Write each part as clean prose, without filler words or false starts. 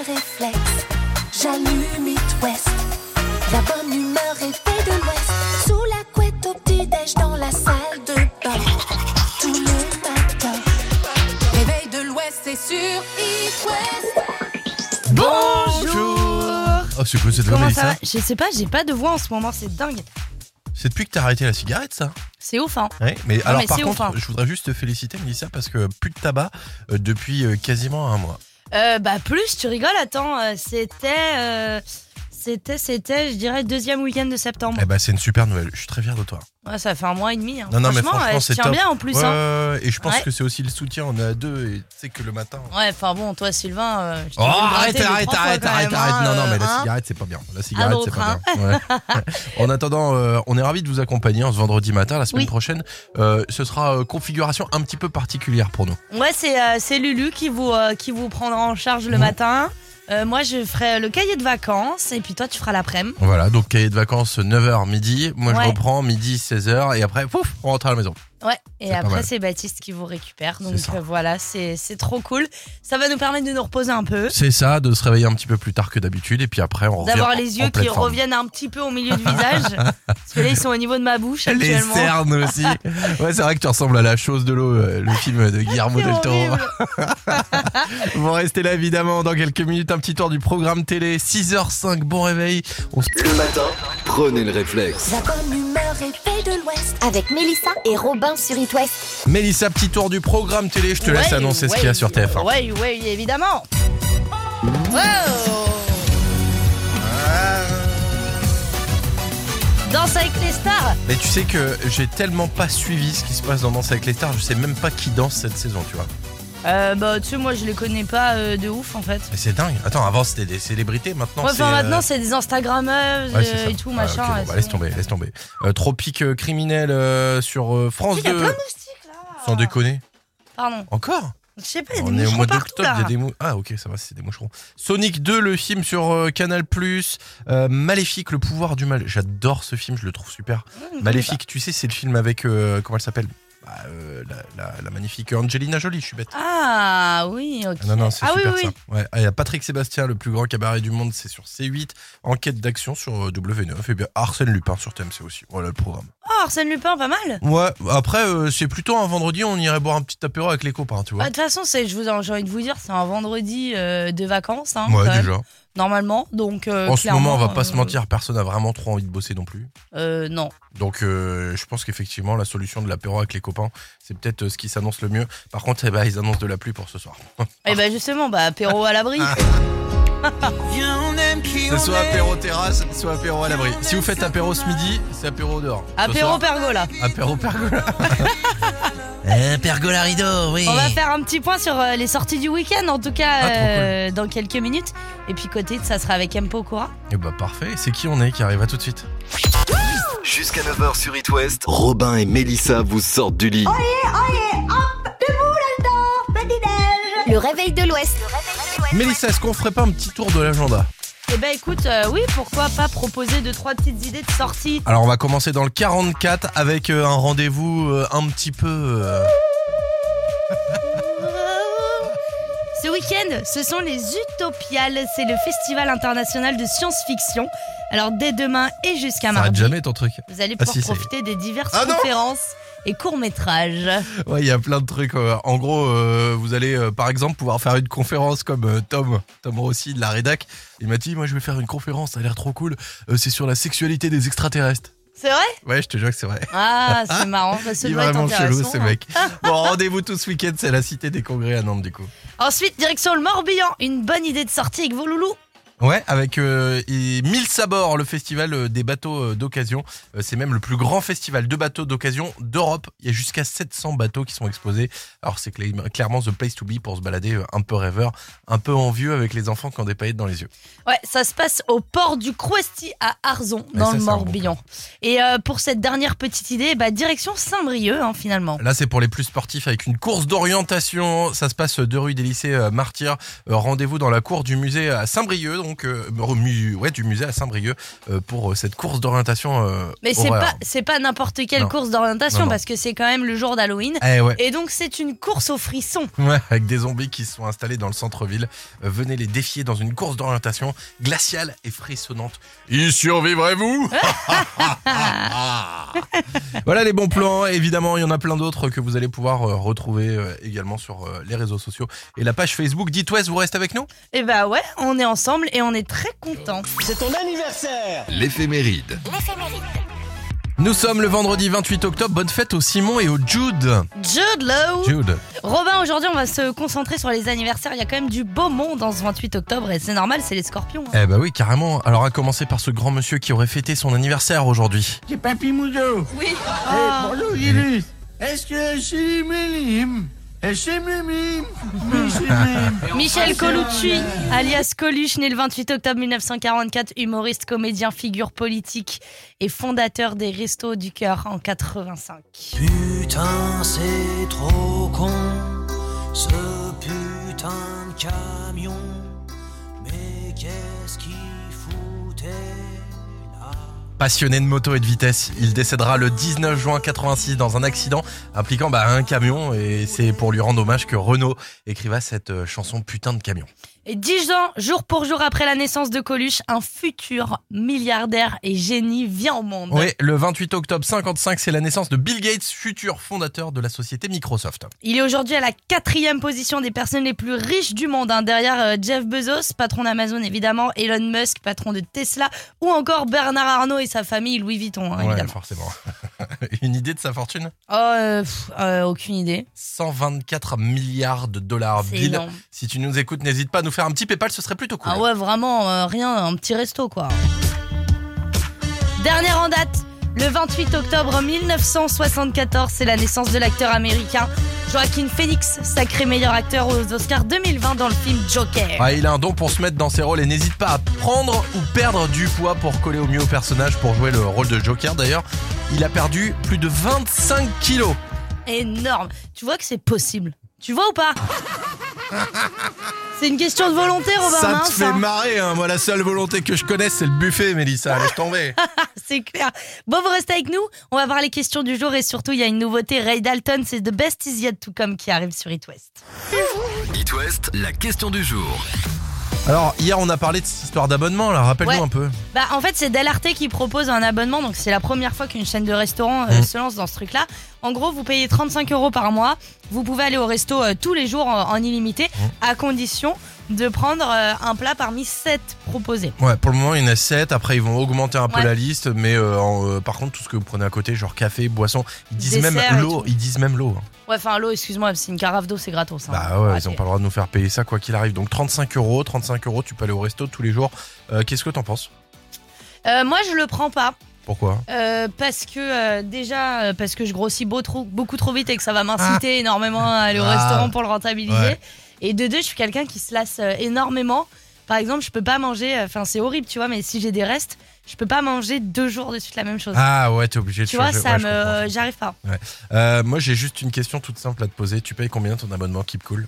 le réflexe. J'allume It West. La bonne humeur est faite de l'Ouest. Sous la couette au petit-déj dans la salle de bain. Tout le matin. Réveil de l'Ouest, c'est sur It West. Bonjour. Oh, c'est quoi cette voix, Comment Mélissa? ça va? Je sais pas, j'ai pas de voix en ce moment, c'est dingue. C'est depuis que t'as arrêté la cigarette, ça? C'est ouf, hein. Ouais, mais alors mais par c'est contre, ouf, hein. je voudrais juste te féliciter, Mélissa, parce que plus de tabac depuis quasiment un mois. Bah plus, tu rigoles, attends, c'était, je dirais, deuxième week-end de septembre. Eh ben, c'est une super nouvelle. Je suis très fier de toi. Ouais, ça fait un mois et demi. Hein. Non, mais franchement, franchement, je c'est tiens top. bien en plus. Ouais, Hein. et je pense Ouais. que c'est aussi le soutien. On est à deux et tu sais que le matin. Ouais, enfin bon, toi, Sylvain, je t'ai Oh, vu le arrête. gratter 2-3 fois quand même, Non, non, mais la hein. cigarette, c'est pas bien. La cigarette, c'est l'autre, pas bien. Ouais. En attendant, on est ravis de vous accompagner en ce vendredi matin. La semaine Oui. prochaine, ce sera configuration un petit peu particulière pour nous. Ouais, c'est Lulu qui vous prendra en charge le matin. Moi, je ferai le cahier de vacances et puis toi, tu feras l'après-midi. Voilà, donc cahier de vacances 9h midi. Moi, Ouais. je reprends midi 16h et après, pouf, on rentre à la maison. Ouais, et C'est pas après, mal. c'est Baptiste qui vous récupère. Donc C'est ça. voilà, c'est trop cool. Ça va nous permettre de nous reposer un peu. C'est ça, de se réveiller un petit peu plus tard que d'habitude et puis après, on revient D'avoir en les yeux pleine qui forme. reviennent un petit peu au milieu du visage. Parce que là, ils sont au niveau de ma bouche Les actuellement. cernes aussi. Ouais, c'est vrai que tu ressembles à La Chose de l'eau, le film de Guillermo C'est del Toro. horrible. Vous restez là évidemment dans quelques minutes, un petit tour du programme télé, 6h05, bon réveil. Le matin, prenez le réflexe. La bonne humeur est faite de l'Ouest. Avec Mélissa et Robin sur It West. Mélissa, petit tour du programme télé, je te laisse Ouais, annoncer ce ouais, qu'il y a sur TF1. Oui, oui, évidemment. Wow. Danse avec les stars. Mais tu sais que j'ai tellement pas suivi ce qui se passe dans Danse avec les stars, je sais même pas qui danse cette saison, tu vois. Bah, tu sais, moi, je les connais pas de ouf, en fait. Mais c'est dingue. Attends, avant c'était des célébrités, maintenant Ouais, c'est... enfin, maintenant, c'est des Instagrammeuses Ouais, c'est ça. et tout, Ah, machin. ok, bon, ouais, bah, c'est laisse bon. tomber, laisse tomber. Tropique criminel sur France Il y a 2. plein de moustiques, là. Sans déconner. Pardon. Encore? Je sais pas, il y a des On est au moucherons mois partout, d'octobre, il y a là. des Ah ok, ça va, c'est des moucherons. Sonic 2, le film sur Canal+, Maléfique, le pouvoir du mal. J'adore ce film, je le trouve super. Maléfique, tu sais, c'est le film avec, comment elle s'appelle? La magnifique Angelina Jolie, je suis bête. Ah, oui, ok. Non, c'est ah, super oui, ça. oui. Ouais. Il y a Patrick Sébastien, le plus grand cabaret du monde, c'est sur C8. Enquête d'action sur W9. Et bien Arsène Lupin sur TMC aussi. Voilà le programme. Oh, Arsène Lupin, pas mal. Ouais, après, c'est plutôt un vendredi, on irait boire un petit apéro avec les copains, tu vois. De toute façon, j'ai envie de vous dire, c'est un vendredi de vacances. Hein, Ouais, quand même, déjà. normalement. Donc, En ce clairement, moment, on va pas se mentir, personne n'a vraiment trop envie de bosser non plus. Non. Donc, je pense qu'effectivement, la solution de l'apéro avec les copains, c'est peut-être ce qui s'annonce le mieux. Par contre, ils annoncent de la pluie pour ce soir. Et bah justement, apéro à l'abri. C'est soit apéro terrasse, soit apéro à l'abri. Si vous faites apéro ce midi, c'est apéro dehors. Ce Apéro soir, pergola. apéro pergola. Pergola rideau, oui. On va faire un petit point sur les sorties du week-end, en tout cas, trop dans quelques minutes. Et puis côté, ça sera avec M. Pokora. Et bah parfait, c'est qui on est qui arrive à tout de suite. Jusqu'à 9h sur It West, Robin et Mélissa vous sortent du lit. Le réveil de l'Ouest. Mélissa, est-ce qu'on ferait pas un petit tour de l'agenda? Eh ben écoute, oui, pourquoi pas proposer 2-3 petites idées de sortie. Alors on va commencer dans le 44 avec un rendez-vous un petit peu... Ce week-end, ce sont les Utopiales. C'est le festival international de science-fiction. Alors dès demain et jusqu'à Ça arrête mardi, jamais ton truc. vous allez Ah, pouvoir si, ça y est. profiter des diverses Ah, non. conférences et courts-métrages. Ouais, il y a plein de trucs. En gros, vous allez par exemple pouvoir faire une conférence comme Tom Rossi de la rédac. Il m'a dit, moi je vais faire une conférence, ça a l'air trop cool. C'est sur la sexualité des extraterrestres. C'est vrai? Ouais, je te jure que c'est vrai. Ah, c'est marrant. Ça Il est doit être vraiment chelou intéressant, ce hein. mec. Bon, rendez-vous tout ce week-end, c'est la Cité des Congrès à Nantes du coup. Ensuite, direction le Morbihan. Une bonne idée de sortie avec vos loulous. Ouais, avec 1000 sabords, le festival des bateaux d'occasion. C'est même le plus grand festival de bateaux d'occasion d'Europe. Il y a jusqu'à 700 bateaux qui sont exposés. Alors c'est clairement the place to be pour se balader un peu rêveur, un peu envieux avec les enfants qui ont des paillettes dans les yeux. Ouais, ça se passe au port du Crouesty à Arzon, Ouais, dans ça, le c'est un bon Morbihan. Et pour cette dernière petite idée, direction Saint-Brieuc, finalement. Là, c'est pour les plus sportifs avec une course d'orientation. Ça se passe 2 rue des lycées Martyrs. Rendez-vous dans la cour du musée à Saint-Brieuc. Donc donc du musée à Saint-Brieuc pour cette course d'orientation. Mais c'est pas n'importe quelle course d'orientation, Non. parce que c'est quand même le jour d'Halloween. Ouais. Et donc c'est une course aux frissons. Ouais, avec des zombies qui se sont installés dans le centre-ville. Venez les défier dans une course d'orientation glaciale et frissonnante. Y survivrez-vous? Voilà les bons plans. Évidemment, il y en a plein d'autres que vous allez pouvoir retrouver également sur les réseaux sociaux et la page Facebook d'It West. Vous restez avec nous? Et bah ouais, on est ensemble et on est très contents. C'est ton anniversaire. L'éphéméride. Nous sommes le vendredi 28 octobre. Bonne fête au Simon et au Jude. Jude Law. Jude. Robin, aujourd'hui on va se concentrer sur les anniversaires. Il y a quand même du beau monde en ce 28 octobre et c'est normal, c'est les scorpions. Eh bah oui, carrément. Alors à commencer par ce grand monsieur qui aurait fêté son anniversaire aujourd'hui. C'est Papy Moudo. Oui. Eh, bonjour Yélis. Est-ce que c'est Mélim? C'est Mélim? Michel Colucci, alias Coluche, né le 28 octobre 1944, humoriste, comédien, figure politique et fondateur des Restos du Cœur en 85. Putain, c'est trop con, ce putain de camion. Mais qu'est-ce qu'il foutait là? Passionné de moto et de vitesse, il décédera le 19 juin 86 dans un accident impliquant un camion, et c'est pour lui rendre hommage que Renaud écriva cette chanson Putain de camion. Et 10 ans, jour pour jour après la naissance de Coluche, un futur milliardaire et génie vient au monde. Oui, le 28 octobre 55, c'est la naissance de Bill Gates, futur fondateur de la société Microsoft. Il est aujourd'hui à la 4e position des personnes les plus riches du monde, derrière Jeff Bezos, patron d'Amazon évidemment, Elon Musk, patron de Tesla, ou encore Bernard Arnault et sa famille Louis Vuitton, Ouais, évidemment. forcément. Une idée de sa fortune? Aucune idée. 124 milliards de dollars. C'est Bill, énorme. si tu nous écoutes, n'hésite pas à nous faire un petit PayPal, ce serait plutôt cool. Ah ouais, vraiment, rien, un petit resto quoi. Dernière en date, le 28 octobre 1974, c'est la naissance de l'acteur américain Joaquin Phoenix, sacré meilleur acteur aux Oscars 2020 dans le film Joker. Ah, il a un don pour se mettre dans ses rôles et n'hésite pas à prendre ou perdre du poids pour coller au mieux au personnage, pour jouer le rôle de Joker. D'ailleurs, il a perdu plus de 25 kilos. Énorme. Tu vois que c'est possible. Tu vois ou pas? C'est une question de volonté, Robin. Ça mince, te fait marrer, hein. Moi, la seule volonté que je connaisse, c'est le buffet, Mélissa. Laisse tomber. C'est clair. Bon, vous restez avec nous. On va voir les questions du jour et surtout, il y a une nouveauté. Ray Dalton, c'est The Best Is Yet To Come qui arrive sur It West. It West, la question du jour. Alors, hier, on a parlé de cette histoire d'abonnement, là. Rappelle-nous Ouais. un peu. En fait, c'est Del Arte qui propose un abonnement. Donc, c'est la première fois qu'une chaîne de restaurants se lance dans ce truc-là. En gros, vous payez 35 € par mois. Vous pouvez aller au resto tous les jours en illimité, à condition de prendre un plat parmi 7 proposés. Ouais, pour le moment, il y en a 7. Après, ils vont augmenter un peu Ouais. la liste. Mais par contre, tout ce que vous prenez à côté, genre café, boisson, ils disent Dessert même et l'eau. tout. Ils disent même l'eau. hein. Ouais, enfin, l'eau, excuse-moi, c'est une carafe d'eau, c'est gratos. hein. Bah ouais, Raté. ils ont pas le droit de nous faire payer ça quoi qu'il arrive. Donc 35 €, tu peux aller au resto tous les jours. Qu'est-ce que t'en penses? Moi, je le prends pas. Pourquoi? Parce que déjà, parce que je grossis beaucoup trop vite et que ça va m'inciter énormément à aller au restaurant pour le rentabiliser. Ouais. Et de deux, je suis quelqu'un qui se lasse énormément. Par exemple, je peux pas manger, enfin c'est horrible, tu vois, mais si j'ai des restes, je peux pas manger 2 jours de suite la même chose. Ah ouais, t'es obligé de tu vois, changer. ça Ouais, je comprends. j'arrive pas. Moi j'ai juste une question toute simple à te poser. Tu payes combien ton abonnement Keep Cool?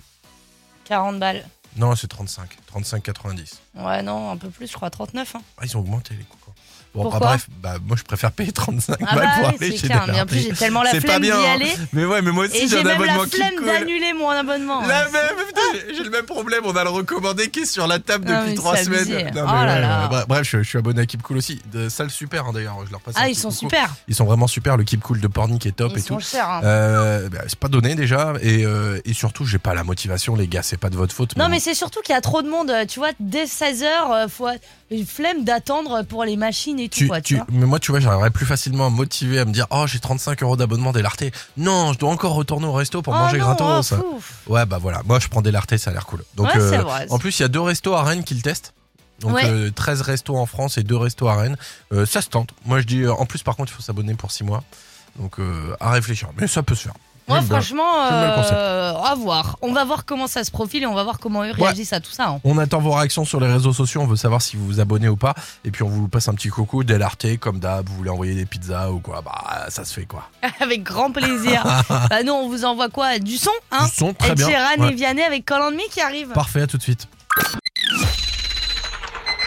40 balles. Non, c'est 35. 35,90. Ouais, non, un peu plus, je crois 39. Hein. Ah, ils ont augmenté les coûts quoi. Bon, Pourquoi bref, moi je préfère payer 35 Ah balles bah pour oui, aller c'est chez clair. Del Mais en Arte. plus, j'ai tellement la C'est pas flemme d'y bien, hein. aller. Mais ouais, mais moi aussi Et j'ai j'ai un même la abonnement Keep flemme Cool. d'annuler mon abonnement. La hein. même, putain, j'ai le même problème. On a le recommandé qui est sur la table Non, depuis mais 3 c'est semaines. abusé. Non, Oh mais là là. Bref, je suis abonné à Keep Cool aussi. De salle super, hein, d'ailleurs. Je leur passe un Ah, petit ils sont coucou. super. Ils sont vraiment super. Le Keep Cool de Pornic est top Ils et sont tout. chers. hein. C'est pas donné déjà et surtout j'ai pas la motivation les gars, c'est pas de votre faute. Non, bon. mais c'est surtout qu'il y a trop de monde. Tu vois, dès 16h, faut une flemme d'attendre pour les machines et tout. Quoi, tu vois. Mais moi tu vois j'arriverais plus facilement à me motiver à me dire oh j'ai 35 € d'abonnement Del Arte. Non je dois encore retourner au resto pour manger non, gratos. oh, fouf. Ouais bah voilà moi je prends Del Arte ça a l'air cool. Donc Ouais, c'est vrai. en plus il y a 2 restos à Rennes qui le testent. Donc Ouais. 13 restos en France et 2 restos à Rennes. Ça se tente. Moi je dis en plus par contre il faut s'abonner pour 6 mois. Donc à réfléchir mais ça peut se faire. Moi, J'aime bien. franchement, J'aime bien le concept. à voir. On va voir comment ça se profile et on va voir comment eux réagissent à tout ça. hein. On attend vos réactions sur les réseaux sociaux, on veut savoir si vous vous abonnez ou pas. Et puis on vous passe un petit coucou, Del Arte, comme d'hab, vous voulez envoyer des pizzas ou quoi, bah ça se fait quoi. Avec grand plaisir. Bah, nous, on vous envoie quoi? Du son, hein? Du son, très Ed bien. Sheeran Ouais. et Vianney avec Call on Me qui arrive. Parfait, à tout de suite.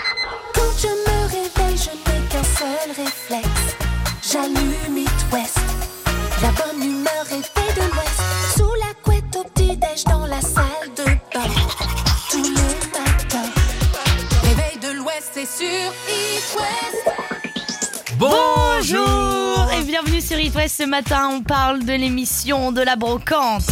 seul réflexe. J'allume It West. La bonne humeur est faite de l'Ouest. Sous la couette au petit-déj dans la salle de bain. Tous les matins. Réveil de l'Ouest, c'est sur It West. Bonjour et bienvenue sur It West. Ce matin, on parle de l'émission de la brocante.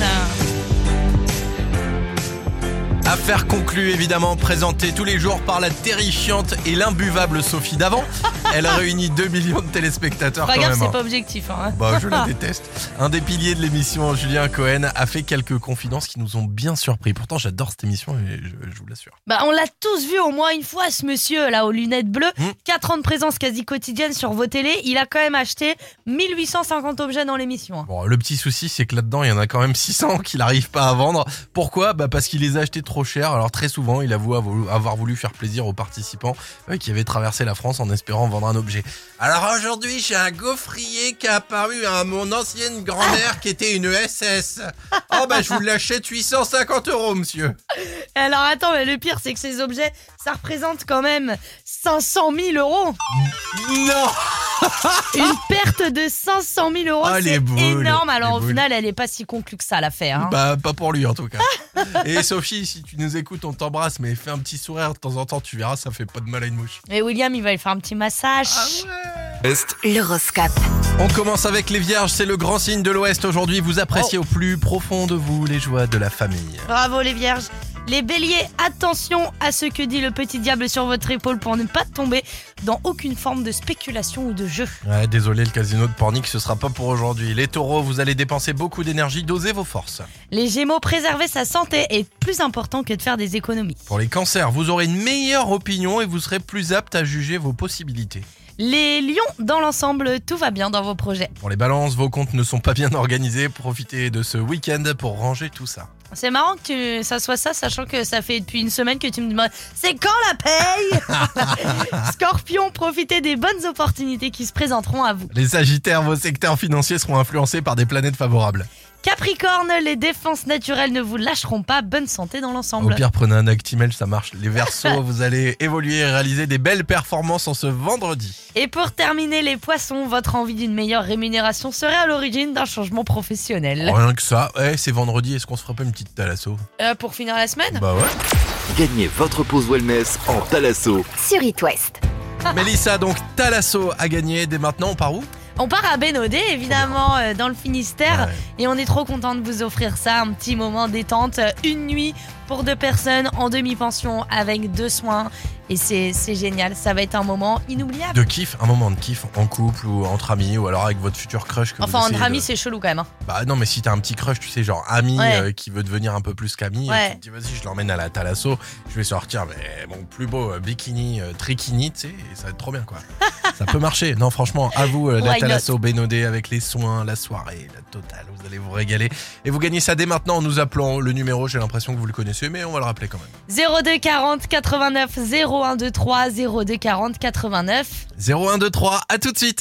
Affaire conclue, évidemment, présentée tous les jours par la terrifiante et l'imbuvable Sophie Davant. Elle a réuni 2 millions de téléspectateurs Regarde, quand même. c'est pas objectif. Hein. Bah, je la déteste. Un des piliers de l'émission, Julien Cohen, a fait quelques confidences qui nous ont bien surpris. Pourtant, j'adore cette émission et je vous l'assure. Bah, on l'a tous vu au moins une fois, ce monsieur là aux lunettes bleues. 4 ans de présence quasi quotidienne sur vos télés. Il a quand même acheté 1850 objets dans l'émission. Bon, le petit souci, c'est que là-dedans, il y en a quand même 600 qu'il n'arrive pas à vendre. Pourquoi ? Bah, parce qu'il les a achetés trop cher. Alors très souvent, il avoue avoir voulu faire plaisir aux participants qui avaient traversé la France en espérant vendre un objet. Alors aujourd'hui, j'ai un gaufrier qui a apparu à mon ancienne grand-mère qui était une SS. Oh bah je vous l'achète 850 €, monsieur. Et alors attends, mais le pire c'est que ces objets, ça représente quand même 500 000 €. Non. Une perte de 500 000 €, Ah, les c'est boules, énorme. Alors les au boules. final, elle est pas si conclue que ça l'affaire. Hein. Bah pas pour lui en tout cas. Et Sophie, si tu nous écoutes, on t'embrasse, mais fais un petit sourire de temps en temps, tu verras, ça fait pas de mal à une mouche. Et William, il va lui faire un petit massage. L'horoscope. On commence avec les vierges, c'est le grand signe de l'Ouest aujourd'hui. Vous appréciez au plus profond de vous les joies de la famille. Bravo les vierges. Les béliers, attention à ce que dit le petit diable sur votre épaule pour ne pas tomber dans aucune forme de spéculation ou de jeu. Ouais, désolé, le casino de Pornic, ce sera pas pour aujourd'hui. Les taureaux, vous allez dépenser beaucoup d'énergie, dosez vos forces. Les gémeaux, préserver sa santé est plus important que de faire des économies. Pour les cancers, vous aurez une meilleure opinion et vous serez plus apte à juger vos possibilités. Les lions, dans l'ensemble, tout va bien dans vos projets. Pour les balances, vos comptes ne sont pas bien organisés, profitez de ce week-end pour ranger tout ça. C'est marrant que ça soit ça, sachant que ça fait depuis une semaine que tu me demandes « C'est quand la paye ?» Scorpion, profitez des bonnes opportunités qui se présenteront à vous. Les sagittaires, vos secteurs financiers seront influencés par des planètes favorables. Capricorne, les défenses naturelles ne vous lâcheront pas. Bonne santé dans Au l'ensemble. pire, prenez un Actimel, ça marche. Les Verseaux, vous allez évoluer et réaliser des belles performances en ce vendredi. Et pour terminer, les poissons, votre envie d'une meilleure rémunération serait à l'origine d'un changement professionnel. Rien que ça. C'est vendredi, est-ce qu'on se ferait pas une petite thalasso ? Pour finir la semaine, Bah ouais. Gagnez votre pause wellness en Thalasso. Sur It West. Mélissa, donc thalasso a gagné. Dès maintenant, on part où ? on part à Bénodet, évidemment, dans le Finistère. Ouais. Et on est trop content de vous offrir ça, un petit moment détente. Une nuit pour 2 personnes en demi-pension avec 2 soins. Et c'est génial, ça va être un moment inoubliable. De kiff, un moment de kiff en couple ou entre amis ou alors avec votre futur crush. Que Enfin, vous entre essayez amis, c'est chelou quand même. Hein. Bah non, mais si t'as un petit crush, tu sais, genre ami Ouais. qui veut devenir un peu plus qu'ami, Ouais. tu te dis vas-y, je l'emmène à la Thalasso, je vais sortir mon plus beau bikini, trikini, tu sais, et ça va être trop bien quoi. Ça peut marcher. Non, franchement, à vous, la Why Thalasso Bénodet avec les soins, la soirée, la totale, vous allez vous régaler. Et vous gagnez ça dès maintenant en nous appelant le numéro, j'ai l'impression que vous le connaissez, mais on va le rappeler quand même. 02 40 89 0123 02 40 89. 0123, à tout de suite.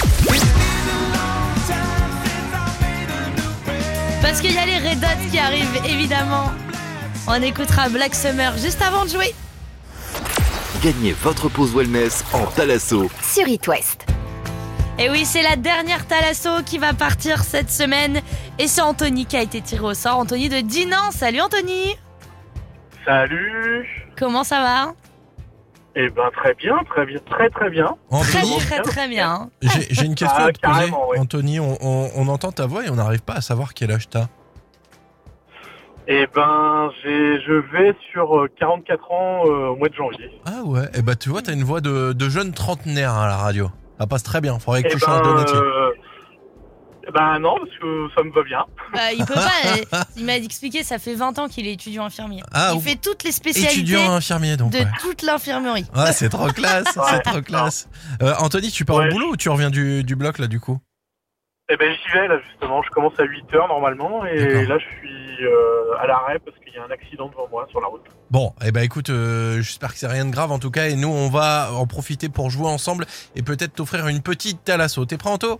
Parce qu'il y a les Red Hot qui arrivent, évidemment. On écoutera Black Summer juste avant de jouer. Gagnez votre pause wellness en Thalasso. Sur It West. Et oui, c'est la dernière Thalasso qui va partir cette semaine. Et c'est Anthony qui a été tiré au sort. Anthony de Dinan. Salut Anthony. Salut. Comment ça va? Eh ben très bien, très bien. Anthony, Très bien. j'ai une question à te poser. Carrément, ouais. Anthony, on entend ta voix et on n'arrive pas à savoir quel âge t'as. Eh ben je vais sur 44 ans au mois de janvier. Ah ouais, et bah tu vois, t'as une voix de jeune trentenaire à la radio. Ça passe très bien, faudrait que Eh tu changes de métier. Ben non, parce que ça me va bien. Il peut pas. Il m'a expliqué, ça fait 20 ans qu'il est étudiant infirmier. Ah, Il fait toutes les spécialités Étudiant infirmier donc. de Ouais. toute l'infirmerie. Ouais, c'est trop classe, c'est trop classe. Anthony, tu pars Ouais. au boulot ou tu reviens du bloc là du coup? Eh ben j'y vais là justement, je commence à 8h normalement et D'accord. là je suis à l'arrêt parce qu'il y a un accident devant moi sur la route. Bon, et bah écoute, j'espère que c'est rien de grave en tout cas et nous on va en profiter pour jouer ensemble et peut-être t'offrir une petite Thalasso. T'es prêt Anto?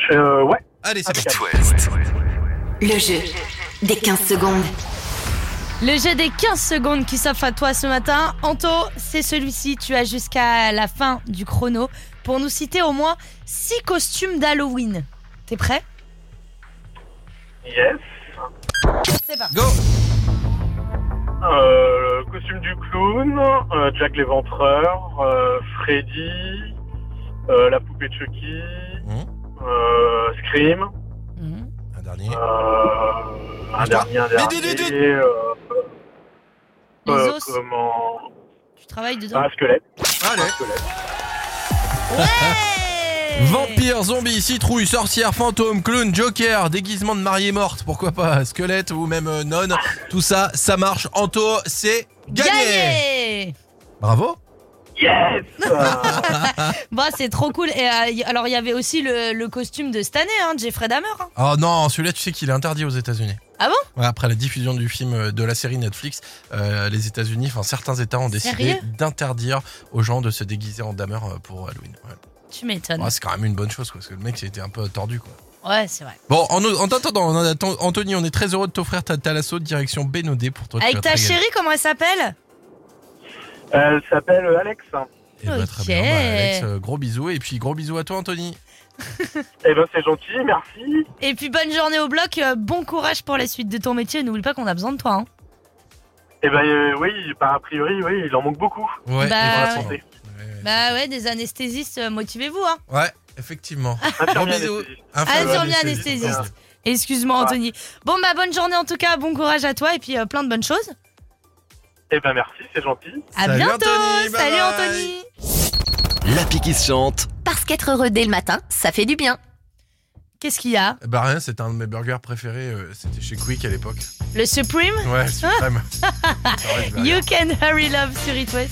Ouais. Allez, c'est Impeccable. parti. Le jeu des 15 secondes. Le jeu des 15 secondes qui s'offre à toi ce matin. Anto, c'est celui-ci. Tu as jusqu'à la fin du chrono pour nous citer au moins 6 costumes d'Halloween. T'es prêt ? Yes. C'est parti. Go. Costume du clown, Jack l'Éventreur, Freddy, la poupée Chucky, Scream, Un dernier. un dernier. Les os. Comment... Tu travailles dedans. Un squelette. Allez. Un squelette. Ouais. Vampire, zombie, citrouille, sorcière, fantôme, clown, joker, déguisement de mariée morte, pourquoi pas, squelette ou même nonne, tout ça, ça marche. Anto, c'est gagné. Bravo. Yes. Bah, c'est trop cool. Et alors, il y avait aussi le costume de cette année, Jeffrey Dahmer. Oh non, celui-là, tu sais qu'il est interdit aux États-Unis. Ah bon ? Ouais, après la diffusion du film de la série Netflix, les États-Unis, enfin certains États ont décidé Sérieux d'interdire aux gens de se déguiser en Dahmer pour Halloween. Ouais. Tu m'étonnes. Ouais, c'est quand même une bonne chose, quoi, parce que le mec c'était un peu tordu, quoi. Ouais, c'est vrai. Bon, en attendant, Anthony, on est très heureux de t'offrir ta Thalasso direction Bénodet pour toi. Avec ta chérie, comment elle s'appelle ? Elle s'appelle Alex. Eh ben, très Ok. bien, Alex, gros bisous et puis gros bisous à toi, Anthony. Eh ben c'est gentil, merci. Et puis bonne journée au bloc, bon courage pour la suite de ton métier. N'oublie pas qu'on a besoin de toi. Eh ben oui, a priori, oui, il en manque beaucoup. Ouais, Bah, Pour la effectivement. santé. Bah ouais, des anesthésistes, motivez-vous. Ouais, effectivement. Gros Infirmier bisous. anesthésiste. Infirmier anesthésiste. anesthésiste. Excuse-moi, Anthony. Bon, bah bonne journée en tout cas, bon courage à toi et puis plein de bonnes choses. Eh ben merci, c'est gentil. À Salut, bientôt. Anthony, bye Salut bye. Anthony. L'appli qui se chante. Parce qu'être heureux dès le matin, ça fait du bien. Qu'est-ce qu'il y a ? Bah rien, c'était un de mes burgers préférés, c'était chez Quick à l'époque. Le Supreme. Ouais, suprême. You Can Hurry Love sur It West.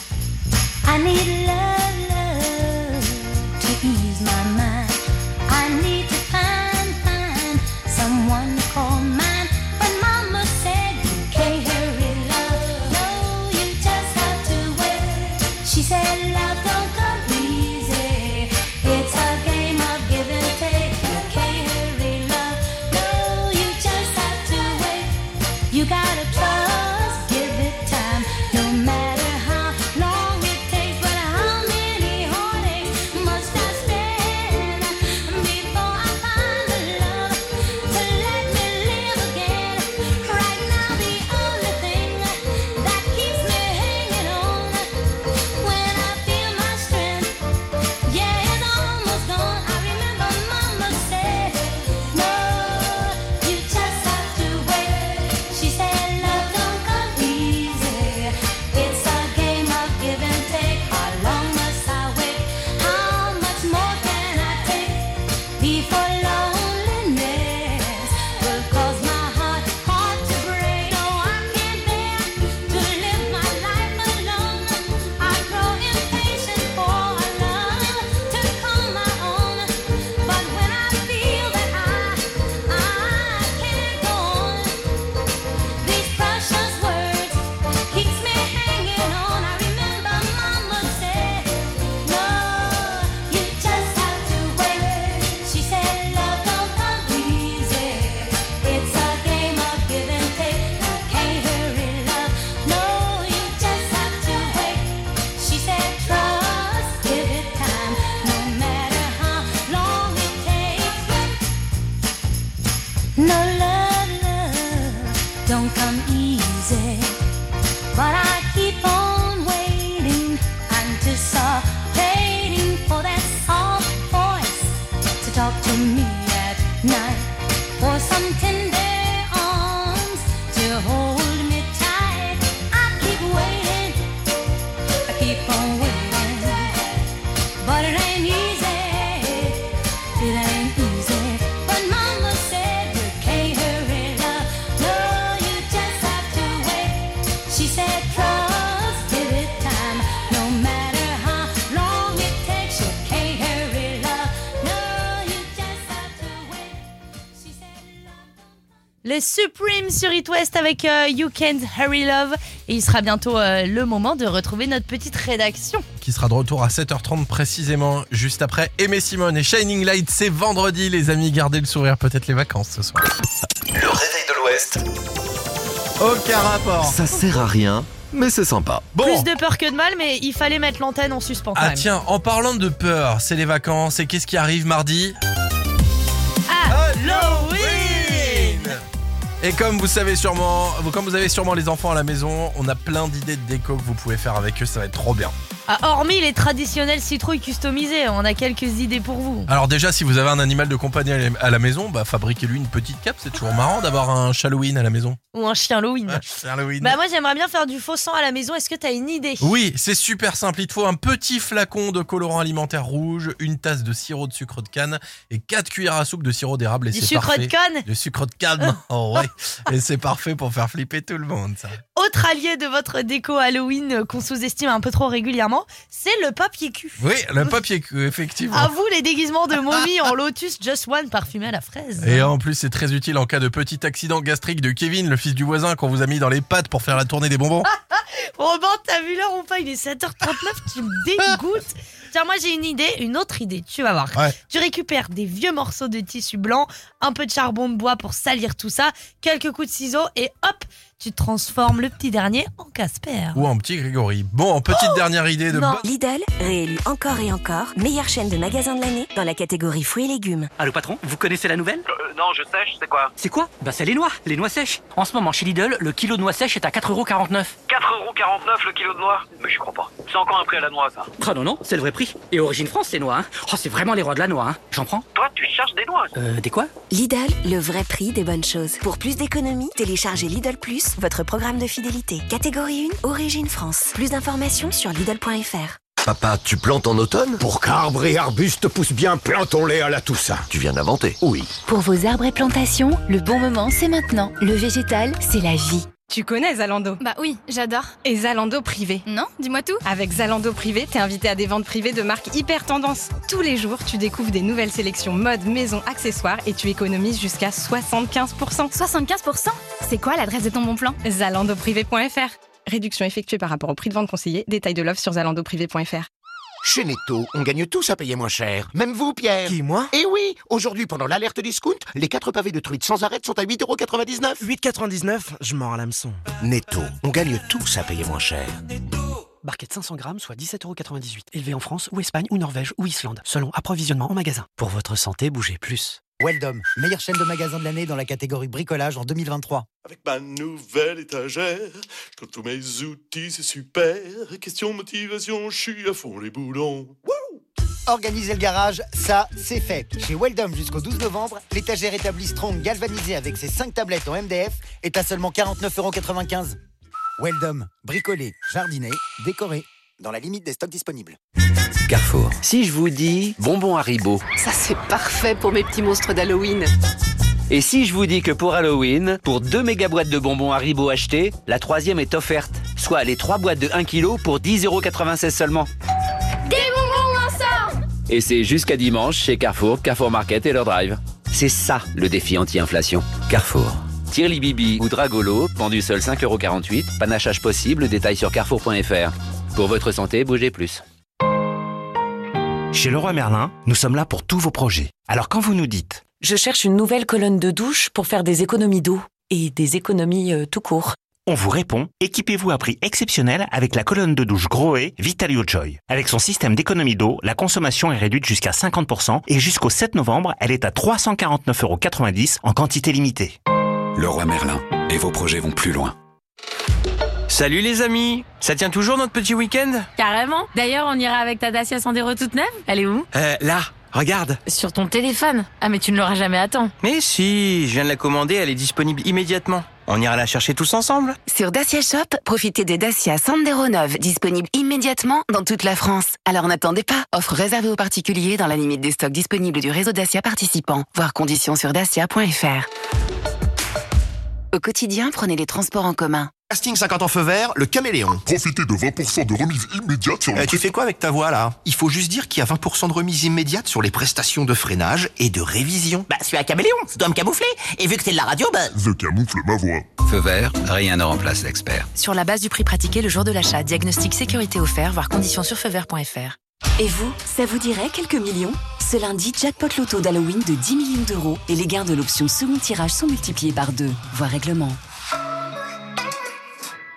I need love to ease my mind. I need to find someone to call mine. But mama said you can't hurry love. No, you just have to wait. She said love don't come easy. It's a game of give and take. You can't hurry love. No, you just have to wait. You gotta trust, give it time. No matter how long it takes, but how many heartaches must I stand before I find the love to let me live again? Right now, the only thing that keeps me hanging on when I feel my strength, yeah, it's almost gone. I remember Mama said, no, you just have to wait. She said, love don't come easy. It's a game of give and take. How long must I wait? How much more can I take before loneliness will cause my heart to break? No, I can't bear to live my life alone. I grow impatient for a love to call my own. But when I feel that I can't go on, these precious words keeps me hanging on. I remember Mama said, no, you just have to wait. She said love don't come easy. It's a game of give and take. You can't hurry love. No, you just have to wait. She said trust, give it time. No matter how long it takes. No love don't come easy. But I keep on waiting, anticipating for that soft voice to talk to me at night. For some tender arms to hold me tight. I keep waiting, I keep on waiting. But it ain't easy, it ain't easy. But Mama said you can't hurry love. No, you just have to wait. She said trust, give it time. No matter how long it takes, you can't hurry love. No, you just have to wait. She said love. Les Supremes sur It West avec You Can't Hurry Love. Et il sera bientôt le moment de retrouver notre petite rédaction. Qui sera de retour à 7h30 précisément, juste après Aimé Simone et Shining Light. C'est vendredi, les amis, gardez le sourire, peut-être les vacances ce soir. Le réveil de l'Ouest. Aucun rapport. Ça sert à rien, mais c'est sympa. Bon. Plus de peur que de mal, mais il fallait mettre l'antenne en suspens quand Ah même. tiens, en parlant de peur, c'est les vacances et qu'est-ce qui arrive mardi ? Halloween. Et comme vous avez sûrement les enfants à la maison, on a plein d'idées de déco que vous pouvez faire avec eux, ça va être trop bien. Ah, hormis les traditionnelles citrouilles customisées, on a quelques idées pour vous. Alors déjà, si vous avez un animal de compagnie à la maison, fabriquez-lui une petite cape, c'est toujours marrant d'avoir un Halloween à la maison. Ou un chien Halloween. Halloween. Bah moi j'aimerais bien faire du faux sang à la maison, est-ce que t'as une idée ? Oui, c'est super simple, il te faut un petit flacon de colorant alimentaire rouge, une tasse de sirop de sucre de canne et 4 cuillères à soupe de sirop d'érable et Du c'est sucre parfait. de canne ? Du sucre de canne. Oh ouais. Et c'est parfait pour faire flipper tout le monde, ça. Autre allié de votre déco Halloween qu'on sous-estime un peu trop régulièrement, c'est le papier cul. Oui, le papier cul, effectivement. À vous les déguisements de momie en Lotus Just One parfumé à la fraise. Et en plus, c'est très utile en cas de petit accident gastrique de Kevin, le fils du voisin qu'on vous a mis dans les pattes pour faire la tournée des bonbons. Robin, t'as vu l'heure ou pas ? Il est 7h39, tu me dégoûtes. Tiens, moi j'ai une autre idée, tu vas voir. Ouais. Tu récupères des vieux morceaux de tissu blanc, un peu de charbon de bois pour salir tout ça, quelques coups de ciseaux et hop, tu transformes le petit dernier en Casper. Ou en petit Grégory. Bon, en petite dernière idée de... non. Lidl, réélu encore et encore, meilleure chaîne de magasins de l'année dans la catégorie fruits et légumes. Allô patron, vous connaissez la nouvelle ? Non, je sèche, c'est quoi ? C'est quoi ? Bah c'est les noix sèches. En ce moment chez Lidl, le kilo de noix sèches est à 4,49€. 4,49€ le kilo de noix ? Mais j'y crois pas. C'est encore un prix à la noix, ça. Ah non, c'est le vrai prix. Et Origine France, les noix, hein. Oh, c'est vraiment les rois de la noix, hein. J'en prends ? Toi, tu cherches des noix ? Des quoi ? Lidl, le vrai prix des bonnes choses. Pour plus d'économies, téléchargez Lidl Plus, votre programme de fidélité. Catégorie 1, Origine France. Plus d'informations sur Lidl.fr. Papa, tu plantes en automne ? Pour qu'arbres et arbustes poussent bien, plantons-les à la Toussaint. Tu viens d'inventer. Oui. Pour vos arbres et plantations, le bon moment c'est maintenant. Le végétal, c'est la vie. Tu connais Zalando ? Bah oui, j'adore. Et Zalando Privé ? Non, dis-moi tout. Avec Zalando Privé, t'es invité à des ventes privées de marques hyper tendance. Tous les jours, tu découvres des nouvelles sélections mode, maison, accessoires et tu économises jusqu'à 75%. 75%? C'est quoi l'adresse de ton bon plan ? ZalandoPrivé.fr. Réduction effectuée par rapport au prix de vente conseillé. Détail de l'offre sur ZalandoPrivé.fr. Chez Netto, on gagne tous à payer moins cher. Même vous, Pierre. Qui, moi ? Eh oui, aujourd'hui, pendant l'alerte discount, les 4 pavés de truite sans arrêt sont à 8,99€. 8,99€, je mords à l'hameçon. Netto, on gagne tous à payer moins cher. Barquette 500 grammes, soit 17,98€. Élevé en France, ou Espagne, ou Norvège, ou Islande. Selon approvisionnement en magasin. Pour votre santé, bougez plus. Weldom, meilleure chaîne de magasins de l'année dans la catégorie bricolage en 2023. Avec ma nouvelle étagère, je trouve tous mes outils, c'est super. Question motivation, je suis à fond les boulons. Organiser le garage, ça, c'est fait. Chez Weldom jusqu'au 12 novembre, l'étagère établie Strong galvanisée avec ses 5 tablettes en MDF est à seulement 49,95€. Weldom, bricolé, jardiné, décoré, dans la limite des stocks disponibles. Carrefour. Si je vous dis bonbons Haribo. Ça c'est parfait pour mes petits monstres d'Halloween. Et si je vous dis que pour Halloween, pour 2 méga boîtes de bonbons Haribo achetées, la 3e est offerte. Soit les 3 boîtes de 1 kg pour 10,96€ seulement. Des bonbons ensemble! Et c'est jusqu'à dimanche chez Carrefour, Carrefour Market et leur drive. C'est ça le défi anti-inflation. Carrefour. Tirli Bibi ou Dragolo, vendu seul 5,48€. Panachage possible, détail sur carrefour.fr. Pour votre santé, bougez plus. Chez Leroy Merlin, nous sommes là pour tous vos projets. Alors quand vous nous dites « Je cherche une nouvelle colonne de douche pour faire des économies d'eau et des économies tout court », on vous répond « Équipez-vous à prix exceptionnel avec la colonne de douche Grohe Vitalio Joy. Avec son système d'économie d'eau, la consommation est réduite jusqu'à 50% et jusqu'au 7 novembre, elle est à 349,90€ en quantité limitée. Leroy Merlin. Et vos projets vont plus loin. Salut les amis, ça tient toujours notre petit week-end ? Carrément. D'ailleurs, on ira avec ta Dacia Sandero toute neuve. Elle est où ? Là, regarde. Sur ton téléphone. Ah mais tu ne l'auras jamais à temps. Mais si, je viens de la commander, elle est disponible immédiatement. On ira la chercher tous ensemble. Sur Dacia Shop, profitez des Dacia Sandero neuves, disponibles immédiatement dans toute la France. Alors n'attendez pas. Offre réservée aux particuliers dans la limite des stocks disponibles du réseau Dacia participant. Voir conditions sur dacia.fr. Au quotidien, prenez les transports en commun. Casting 50 ans feu vert, le caméléon. Profitez de 20% de remise immédiate sur le... Tu fais quoi avec ta voix là ? Il faut juste dire qu'il y a 20% de remise immédiate sur les prestations de freinage et de révision. Bah, je suis un caméléon, je dois me camoufler. Et vu que c'est de la radio, Je camoufle ma voix. Feu vert, rien ne remplace l'expert. Sur la base du prix pratiqué le jour de l'achat, diagnostic sécurité offert, voir conditions sur feuvert.fr. Et vous, ça vous dirait quelques millions ? Ce lundi, jackpot loto d'Halloween de 10 millions d'euros et les gains de l'option second tirage sont multipliés par 2, voire règlement.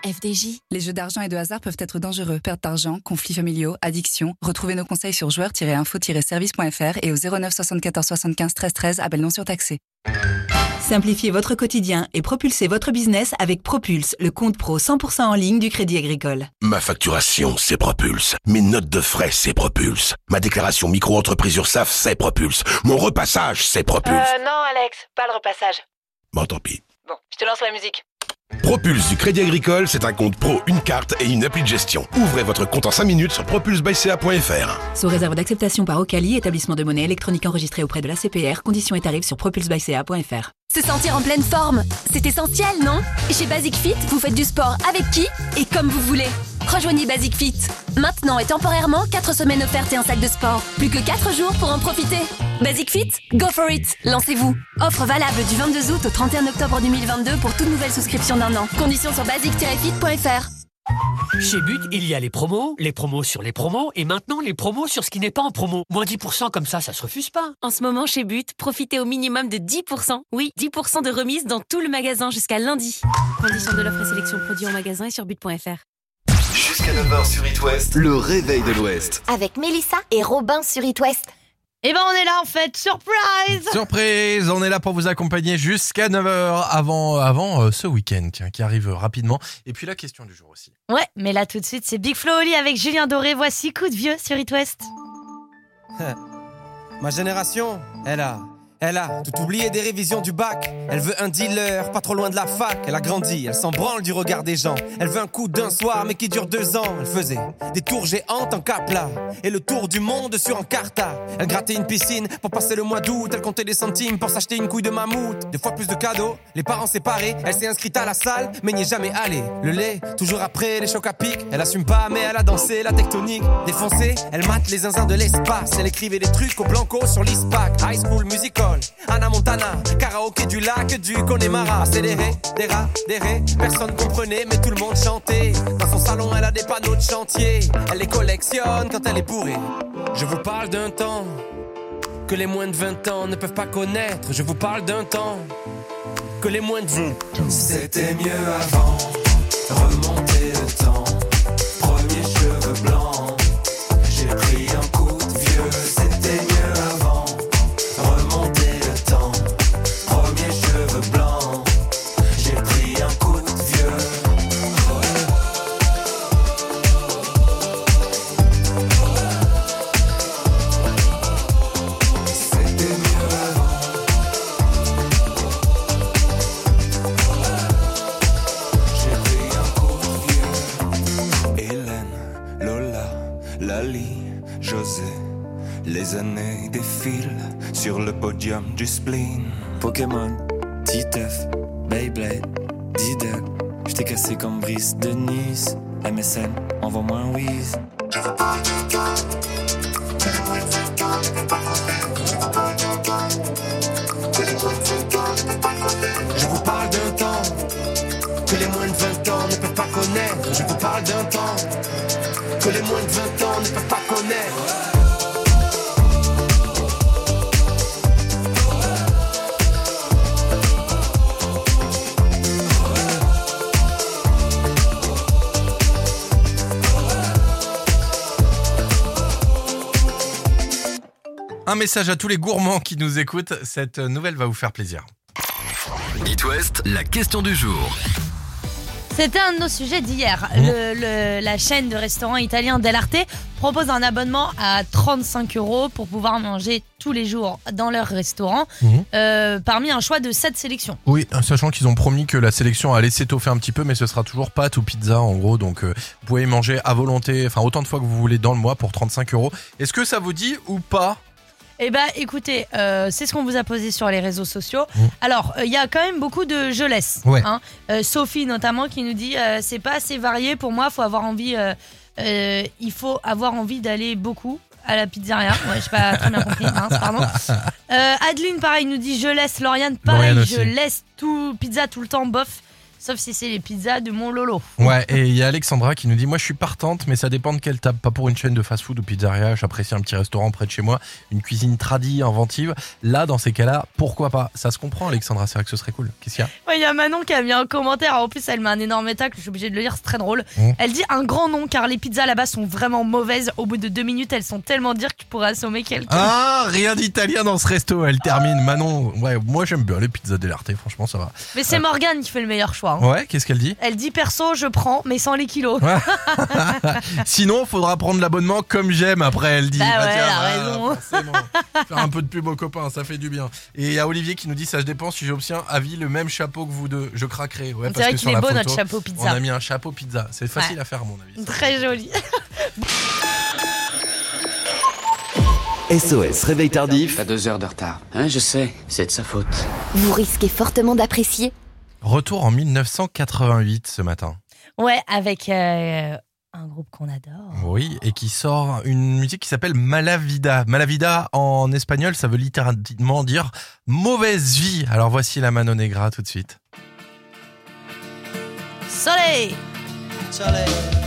FDJ. Les jeux d'argent et de hasard peuvent être dangereux. Perte d'argent, conflits familiaux, addiction. Retrouvez nos conseils sur joueurs-info-service.fr et au 09 74 75 13 13, appel non surtaxé. Simplifiez votre quotidien et propulsez votre business avec Propulse, le compte pro 100% en ligne du Crédit Agricole. Ma facturation, c'est Propulse. Mes notes de frais, c'est Propulse. Ma déclaration micro-entreprise URSSAF, c'est Propulse. Mon repassage, c'est Propulse. Non, Alex, pas le repassage. Bon, tant pis. Bon, je te lance la musique. Propulse du Crédit Agricole, c'est un compte pro, une carte et une appli de gestion. Ouvrez votre compte en 5 minutes sur propulsebyca.fr. Sous réserve d'acceptation par Ocali, établissement de monnaie électronique enregistré auprès de la CPR, conditions et tarifs sur propulsebyca.fr. Se sentir en pleine forme, c'est essentiel, non? Chez Basic Fit, vous faites du sport avec qui et comme vous voulez. Rejoignez Basic Fit. Maintenant et temporairement, 4 semaines offertes et un sac de sport. Plus que 4 jours pour en profiter. Basic Fit, go for it. Lancez-vous. Offre valable du 22 août au 31 octobre 2022 pour toute nouvelle souscription d'1 an. Conditions sur basic-fit.fr. Chez But, il y a les promos sur les promos, et maintenant les promos sur ce qui n'est pas en promo. Moins 10% comme ça se refuse pas. En ce moment, chez But, profitez au minimum de 10%. Oui, 10% de remise dans tout le magasin jusqu'à lundi. Conditions de l'offre et sélection produits en magasin et sur but.fr. Jusqu'à 9h sur It West, le réveil de l'Ouest. Avec Mélissa et Robin sur It West. Eh ben on est là en fait, surprise! Surprise, on est là pour vous accompagner jusqu'à 9h avant ce week-end qui arrive rapidement. Et puis la question du jour aussi. Ouais, mais là tout de suite c'est Big Flo Oli avec Julien Doré, voici Coup de vieux sur It West. Ma génération, elle a tout oublié des révisions du bac. Elle veut un dealer, pas trop loin de la fac. Elle a grandi, elle s'en branle du regard des gens. Elle veut un coup d'un soir, mais qui dure 2 ans. Elle faisait des tours géantes en Capla et le tour du monde sur Encarta. Elle grattait une piscine pour passer le mois d'août. Elle comptait des centimes pour s'acheter une couille de mammouth. 2 fois plus de cadeaux, les parents séparés. Elle s'est inscrite à la salle, mais n'y est jamais allée. Le lait, toujours après les chocs à pic. Elle assume pas, mais elle a dansé la tectonique. Défoncée, elle mate les zinzins de l'espace. Elle écrivait des trucs au blanco sur l'ISPAC. High School Musical, Anna Montana, karaoké du lac du Connemara. Accéléré, déré, personne comprenait mais tout le monde chantait. Dans son salon elle a des panneaux de chantier. Elle les collectionne quand elle est bourrée. Je vous parle d'un temps que les moins de 20 ans ne peuvent pas connaître. Je vous parle d'un temps que les moins de 20 ans. C'était mieux avant, remonter le temps. Premier cheveux blancs, j'ai pris un coup de vieux. C'était mieux avant, remonter le temps. Premier cheveux blancs, j'ai pris un coup de vieux. C'était mieux avant. J'ai pris un coup de vieux. Hélène, Lola, Lali, José. Les années défilent sur le podium du spleen. Pokémon, Titeuf, Beyblade, Diddle. J't'ai cassé comme Brice de Nice. MSN, envoie-moi un whiz. Je vous parle d'un temps que les moins de 20 ans ne peuvent pas connaître. Je vous parle d'un temps que les moins de 20 ans ne peuvent pas connaître. Un message à tous les gourmands qui nous écoutent, cette nouvelle va vous faire plaisir. It West, la question du jour. C'était un de nos sujets d'hier. La chaîne de restaurants italiens Del Arte propose un abonnement à 35 € pour pouvoir manger tous les jours dans leur restaurant, parmi un choix de 7 sélections. Oui, sachant qu'ils ont promis que la sélection allait s'étoffer un petit peu, mais ce sera toujours pâtes ou pizza en gros, donc vous pouvez manger à volonté, enfin autant de fois que vous voulez dans le mois pour 35 €. Est-ce que ça vous dit ou pas ? Eh ben, écoutez, c'est ce qu'on vous a posé sur les réseaux sociaux. Alors, il y a quand même beaucoup de je laisse. Ouais. Sophie notamment qui nous dit c'est pas assez varié pour moi. Faut avoir envie. Il faut avoir envie d'aller beaucoup à la pizzeria. Ouais, j'ai pas très bien compris. Pardon. Adeline, pareil, nous dit je laisse. Lauriane, pareil, je laisse tout pizza tout le temps. Bof. sauf si c'est les pizzas de mon Lolo. Ouais, et il y a Alexandra qui nous dit, moi je suis partante, mais ça dépend de quelle table. Pas pour une chaîne de fast-food ou pizzeria, j'apprécie un petit restaurant près de chez moi, une cuisine tradie, inventive. Là, dans ces cas-là, pourquoi pas? Ça se comprend, Alexandra, c'est vrai que ce serait cool. Qu'est-ce qu'il y a? Ouais, il y a Manon qui a mis un commentaire, en plus elle met un énorme état que je suis obligée de le lire, c'est très drôle. Elle dit un grand nom car les pizzas là-bas sont vraiment mauvaises. Au bout de 2 minutes, elles sont tellement dures que tu pourrais assommer quelqu'un. Ah, rien d'italien dans ce resto, elle termine. Manon, ouais, moi j'aime bien les pizzas dell'Arte, franchement ça va. Mais c'est Morgane qui fait le meilleur choix. Ouais, qu'est-ce qu'elle dit? Elle dit perso, je prends, mais sans les kilos. Sinon, faudra prendre l'abonnement comme j'aime après, elle dit. Bah ouais, tiens, elle a raison. Faire un peu de pub aux copains, ça fait du bien. Et il y a Olivier qui nous dit, ça je dépend si j'obtiens à vie le même chapeau que vous deux. Je craquerai. Ouais, c'est vrai qu'il est beau notre chapeau pizza. On a mis un chapeau pizza. C'est facile à faire à mon avis. Très joli. SOS Réveil Tardif. T'as 2 heures de retard. Hein, je sais, c'est de sa faute. Vous risquez fortement d'apprécier. Retour en 1988 ce matin. Ouais, avec un groupe qu'on adore. Oui, et qui sort une musique qui s'appelle Mala Vida. Mala Vida en espagnol, ça veut littéralement dire mauvaise vie. Alors voici la Mano Negra tout de suite. Soleil. Soleil.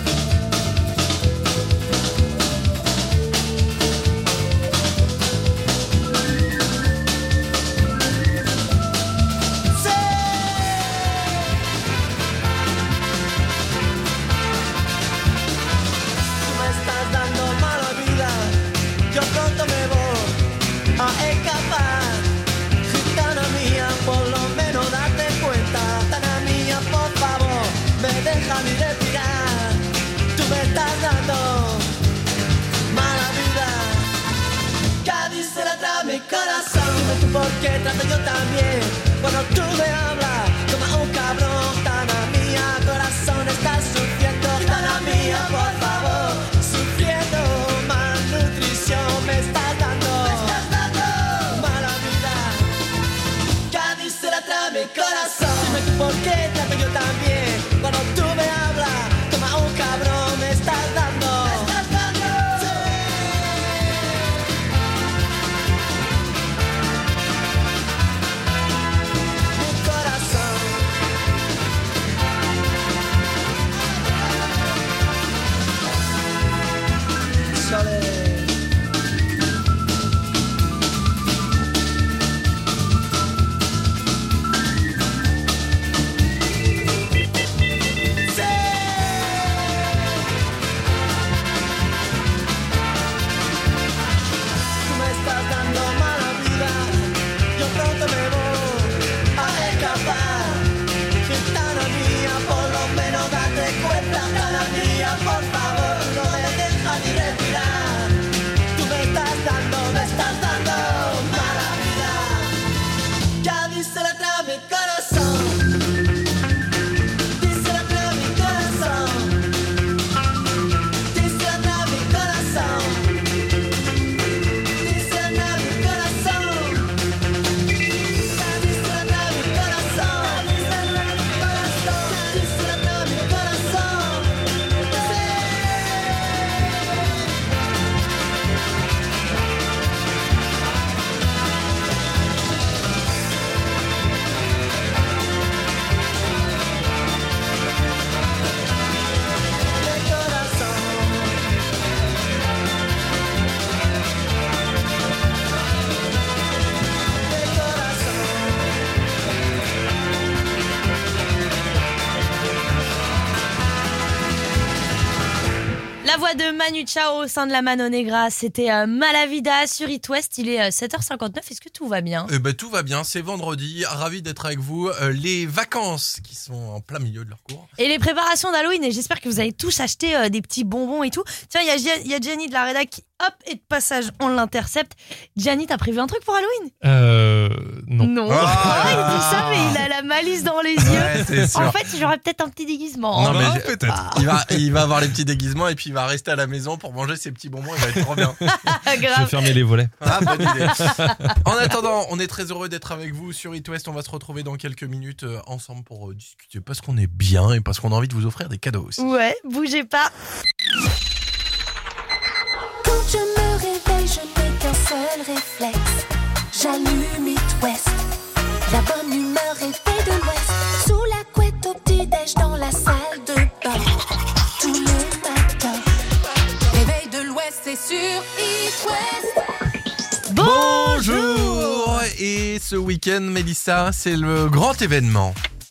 Porque trato yo también cuando tú me hablas como un cabrón. Tana mía, corazón está sufriendo. Tana mía, por favor, sufriendo. Malnutrición me estás dando. Mala vida. Cádiz se la trae mi corazón. Dime tú por qué trato yo también cuando tú me hablas como un cabrón. Me estás dando. La voix de Manu Chao au sein de la Mano Negra, c'était Mala Vida sur It West. Il est 7h59, est-ce que tout va bien? Tout va bien, c'est vendredi, ravi d'être avec vous. Les vacances qui sont en plein milieu de leur cours. Et les préparations d'Halloween, et j'espère que vous avez tous acheté des petits bonbons et tout. Tiens, il y a Gianni de la rédac qui, hop, et de passage, on l'intercepte. Gianni, t'as prévu un truc pour Halloween? Non. Non. Il dit ça, mais il a la malice dans les yeux. Ouais, c'est sûr. En fait, j'aurais peut-être un petit déguisement. Non, mais peut-être. Il va avoir les petits déguisements et puis il va rester à la maison pour manger ses petits bonbons. Il va être trop bien. Je vais fermer les volets. Ah, bonne idée. En attendant, on est très heureux d'être avec vous sur It West. On va se retrouver dans quelques minutes ensemble pour discuter parce qu'on est bien et parce qu'on a envie de vous offrir des cadeaux aussi. Ouais, bougez pas. Quand je me réveille, je n'ai qu'un seul réflexe. J'allume It West. La bonne humeur est faite de l'Ouest. Sous la couette au petit Et ce week-end, Mélissa, c'est le grand événement.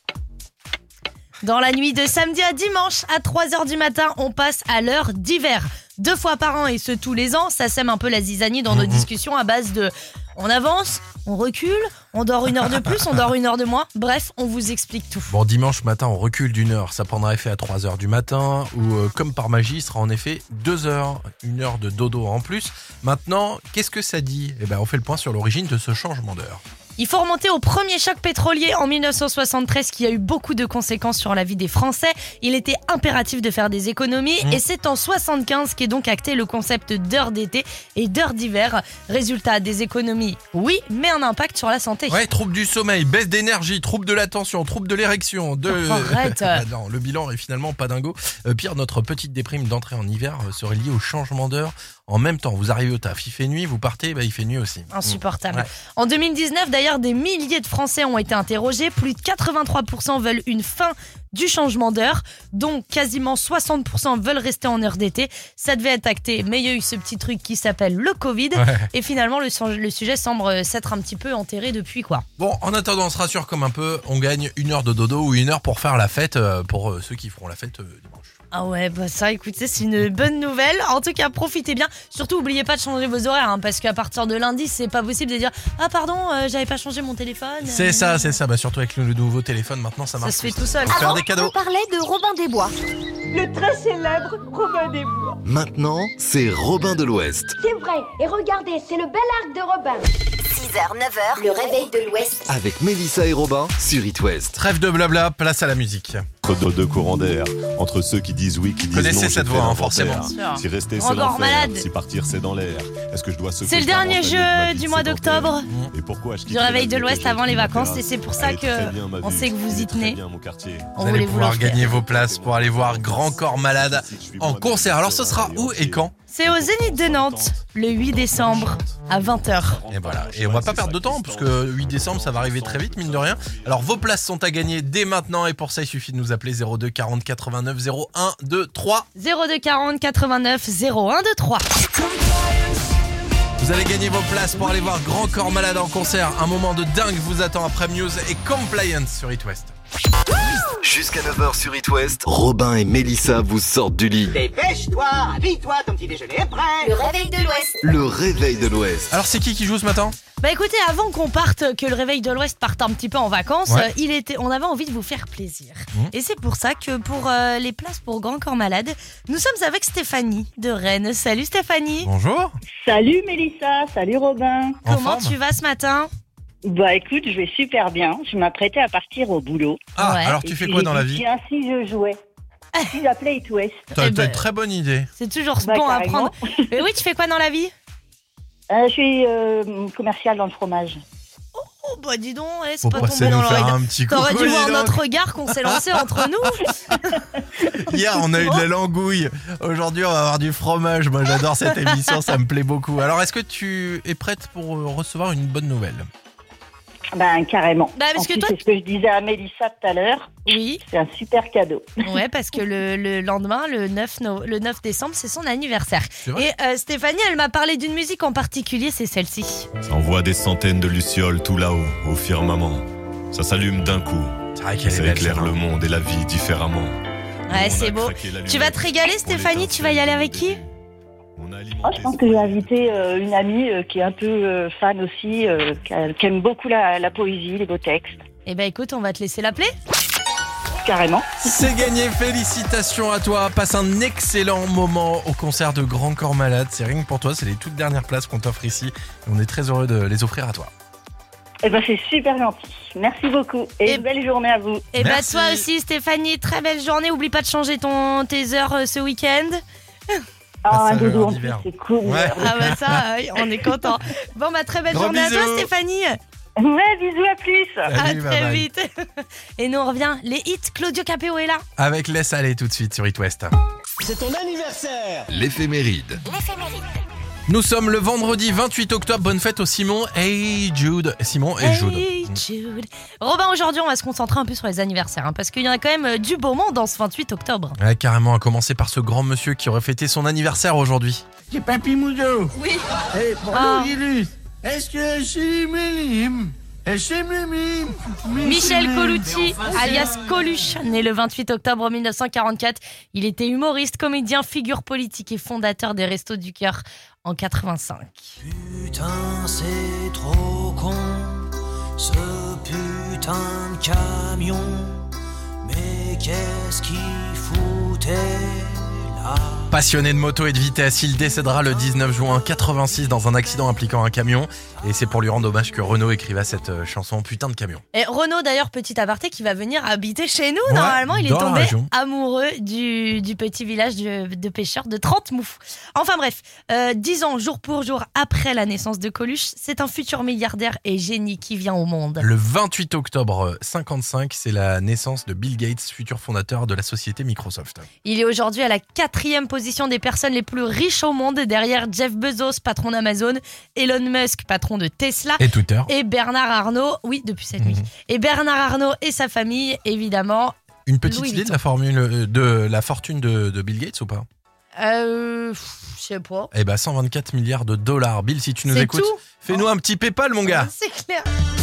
Dans la nuit de samedi à dimanche, à 3h du matin, on passe à l'heure d'hiver. 2 fois par an et ce tous les ans, ça sème un peu la zizanie dans nos discussions à base de on avance, on recule, on dort 1 heure de plus, on dort 1 heure de moins. Bref, on vous explique tout. Bon, dimanche matin, on recule d'1 heure. Ça prendra effet à 3h du matin ou comme par magie, sera en effet 2 heures. 1 heure de dodo en plus. Maintenant, qu'est-ce que ça dit ? Eh ben, on fait le point sur l'origine de ce changement d'heure. Il faut remonter au premier choc pétrolier en 1973 qui a eu beaucoup de conséquences sur la vie des Français. Il était impératif de faire des économies et c'est en 75 qu'est donc acté le concept d'heure d'été et d'heure d'hiver. Résultat, des économies, oui, mais un impact sur la santé. Ouais, trouble du sommeil, baisse d'énergie, trouble de l'attention, trouble de l'érection. Arrête. Non, le bilan est finalement pas dingo. Pire, notre petite déprime d'entrée en hiver serait liée au changement d'heure. En même temps, vous arrivez au taf, il fait nuit, vous partez, il fait nuit aussi. Insupportable. Ouais. En 2019, d'ailleurs, des milliers de Français ont été interrogés. Plus de 83% veulent une fin du changement d'heure, donc quasiment 60% veulent rester en heure d'été. Ça devait être acté, mais il y a eu ce petit truc qui s'appelle le Covid. Ouais. Et finalement, le sujet semble s'être un petit peu enterré depuis, quoi. Bon, en attendant, on se rassure comme un peu, on gagne 1 heure de dodo ou 1 heure pour faire la fête, pour ceux qui feront la fête dimanche. Ah ouais, bah ça, écoutez, c'est une bonne nouvelle. En tout cas, profitez bien. Surtout, n'oubliez pas de changer vos horaires, parce qu'à partir de lundi, c'est pas possible de dire « Ah pardon, j'avais pas changé mon téléphone. » C'est ça. Bah, surtout avec le nouveau téléphone, maintenant, ça marche. Ça se fait tout seul. Faire des cadeaux. On parlait de Robin des Bois. Le très célèbre Robin des Bois. Maintenant, c'est Robin de l'Ouest. C'est vrai, et regardez, c'est le bel arc de Robin. 6h, 9h, le réveil de l'Ouest. Avec Mélissa et Robin sur It West. Trêve de blabla, place à la musique. Entre deux courants d'air, entre ceux qui disent oui, qui disent connaissez non. cette voix, forcément. Si rester, c'est Encore l'enfer. malade. Si partir, c'est dans l'air. Est-ce que je dois C'est le dernier jeu du mois d'octobre. Et pourquoi Du réveil de l'Ouest avant les vacances, et c'est pour ça que on sait que vous y tenez. Vous allez pouvoir gagner vos places pour aller voir Grand Corps Malade en concert. Alors ce sera où et quand ? C'est au Zénith de Nantes, le 8 décembre, à 20h. Et voilà, et on va pas perdre de temps, parce que 8 décembre, ça va arriver très vite, mine de rien. Alors vos places sont à gagner dès maintenant, et pour ça, il suffit de nous appeler 02 40 89 01 23. 02 40 89 01 23. Vous allez gagner vos places pour aller voir Grand Corps Malade en concert. Un moment de dingue vous attend après Muse et Compliance sur It West. Jusqu'à 9h sur It West, Robin et Mélissa vous sortent du lit. Dépêche-toi, habille-toi, ton petit déjeuner est prêt. Le réveil de l'Ouest. Le réveil de l'Ouest. Alors c'est qui joue ce matin ? Bah écoutez, avant qu'on parte, que le réveil de l'Ouest parte un petit peu en vacances, ouais. On avait envie de vous faire plaisir. Et c'est pour ça que pour les places pour Grand Corps Malade, nous sommes avec Stéphanie de Rennes. Salut Stéphanie. Bonjour. Salut Mélissa, salut Robin. Comment tu vas ce matin ? Bah écoute, je vais super bien. Je m'apprêtais à partir au boulot. Ah, alors tu fais quoi dans la vie ? Tiens, si je jouais. Si j'appelais It West. T'as une très bonne idée. C'est toujours bon à prendre. Mais oui, tu fais quoi dans la vie ? Je suis commerciale dans le fromage. Oh bah dis donc, c'est faut pas passer tombé dans nous faire l'oreille. un petit coup. T'aurais dû voir notre regard qu'on s'est lancé entre nous. Hier on a eu de la langouille. Aujourd'hui on va avoir du fromage. Moi j'adore cette émission, ça me plaît beaucoup. Alors est-ce que tu es prête pour recevoir une bonne nouvelle ? Ben carrément. Bah, parce en que plus, toi, c'est ce que je disais à Mélissa tout à l'heure. Oui. C'est un super cadeau. Ouais, parce que le lendemain, le 9 décembre, c'est son anniversaire. vrai. Et Stéphanie, elle m'a parlé d'une musique en particulier, c'est celle-ci. Ça envoie des centaines de lucioles tout là-haut, au firmament. Ça s'allume d'un coup. C'est vrai qu'elle est Ça belle, éclaire ça, le monde et la vie différemment. Ouais, c'est beau. Tu vas te régaler, Stéphanie, tu vas y aller avec qui ? Je pense que j'ai invité une amie qui est un peu fan aussi, qui aime beaucoup la poésie, les beaux textes. Eh ben écoute, on va te laisser l'appeler. Carrément. C'est gagné, félicitations à toi. Passe un excellent moment au concert de Grand Corps Malade. C'est rien que pour toi, c'est les toutes dernières places qu'on t'offre ici. On est très heureux de les offrir à toi. Eh ben c'est super gentil. Merci beaucoup et belle journée à vous. Et bah toi aussi Stéphanie, très belle journée. Oublie pas de changer tes heures ce week-end. Un dodo en plus, c'est cool. Ouais. Ah bah ça, on est content. Bon bah très belle journée bisous. à toi Stéphanie. Ouais, bisous, à plus. Salut, à très bye bye. vite. Et nous on revient, les hits, Claudio Capéo est là. Avec Laisse aller tout de suite sur It West. C'est ton anniversaire. L'éphéméride. Nous sommes le vendredi 28 octobre. Bonne fête au Simon et Jude. Simon et Jude. Hey Jude. Robin, aujourd'hui on va se concentrer un peu sur les anniversaires, parce qu'il y en a quand même du beau monde dans ce 28 octobre. Ouais, carrément, à commencer par ce grand monsieur qui aurait fêté son anniversaire aujourd'hui. C'est Papy Moudo. Oui. Bonjour Gilus. Est-ce que c'est Mélim? Michel Colucci, alias Coluche, né le 28 octobre 1944. Il était humoriste, comédien, figure politique et fondateur des Restos du Cœur en 85. Putain, c'est trop con, ce putain de camion. Mais qu'est-ce qu'il foutait là? Passionné de moto et de vitesse, il décédera le 19 juin 86 dans un accident impliquant un camion. Et c'est pour lui rendre hommage que Renaud écriva cette chanson Putain de camion. Et Renaud, d'ailleurs, petit aparté, qui va venir habiter chez nous. Normalement, il est tombé amoureux du petit village de pêcheurs de Trente-Mouffe. Enfin bref, 10 ans jour pour jour après la naissance de Coluche, c'est un futur milliardaire et génie qui vient au monde. Le 28 octobre 55, c'est la naissance de Bill Gates, futur fondateur de la société Microsoft. Il est aujourd'hui à la 4e position des personnes les plus riches au monde, derrière Jeff Bezos, patron d'Amazon, Elon Musk, patron de Tesla, et Twitter, et Bernard Arnault, oui, depuis cette nuit. Et Bernard Arnault et sa famille, évidemment. Une petite idée de la fortune de Bill Gates ou pas? Je sais pas. Eh ben 124 milliards de dollars. Bill, si tu nous écoutes, fais-nous un petit PayPal, mon gars. C'est clair.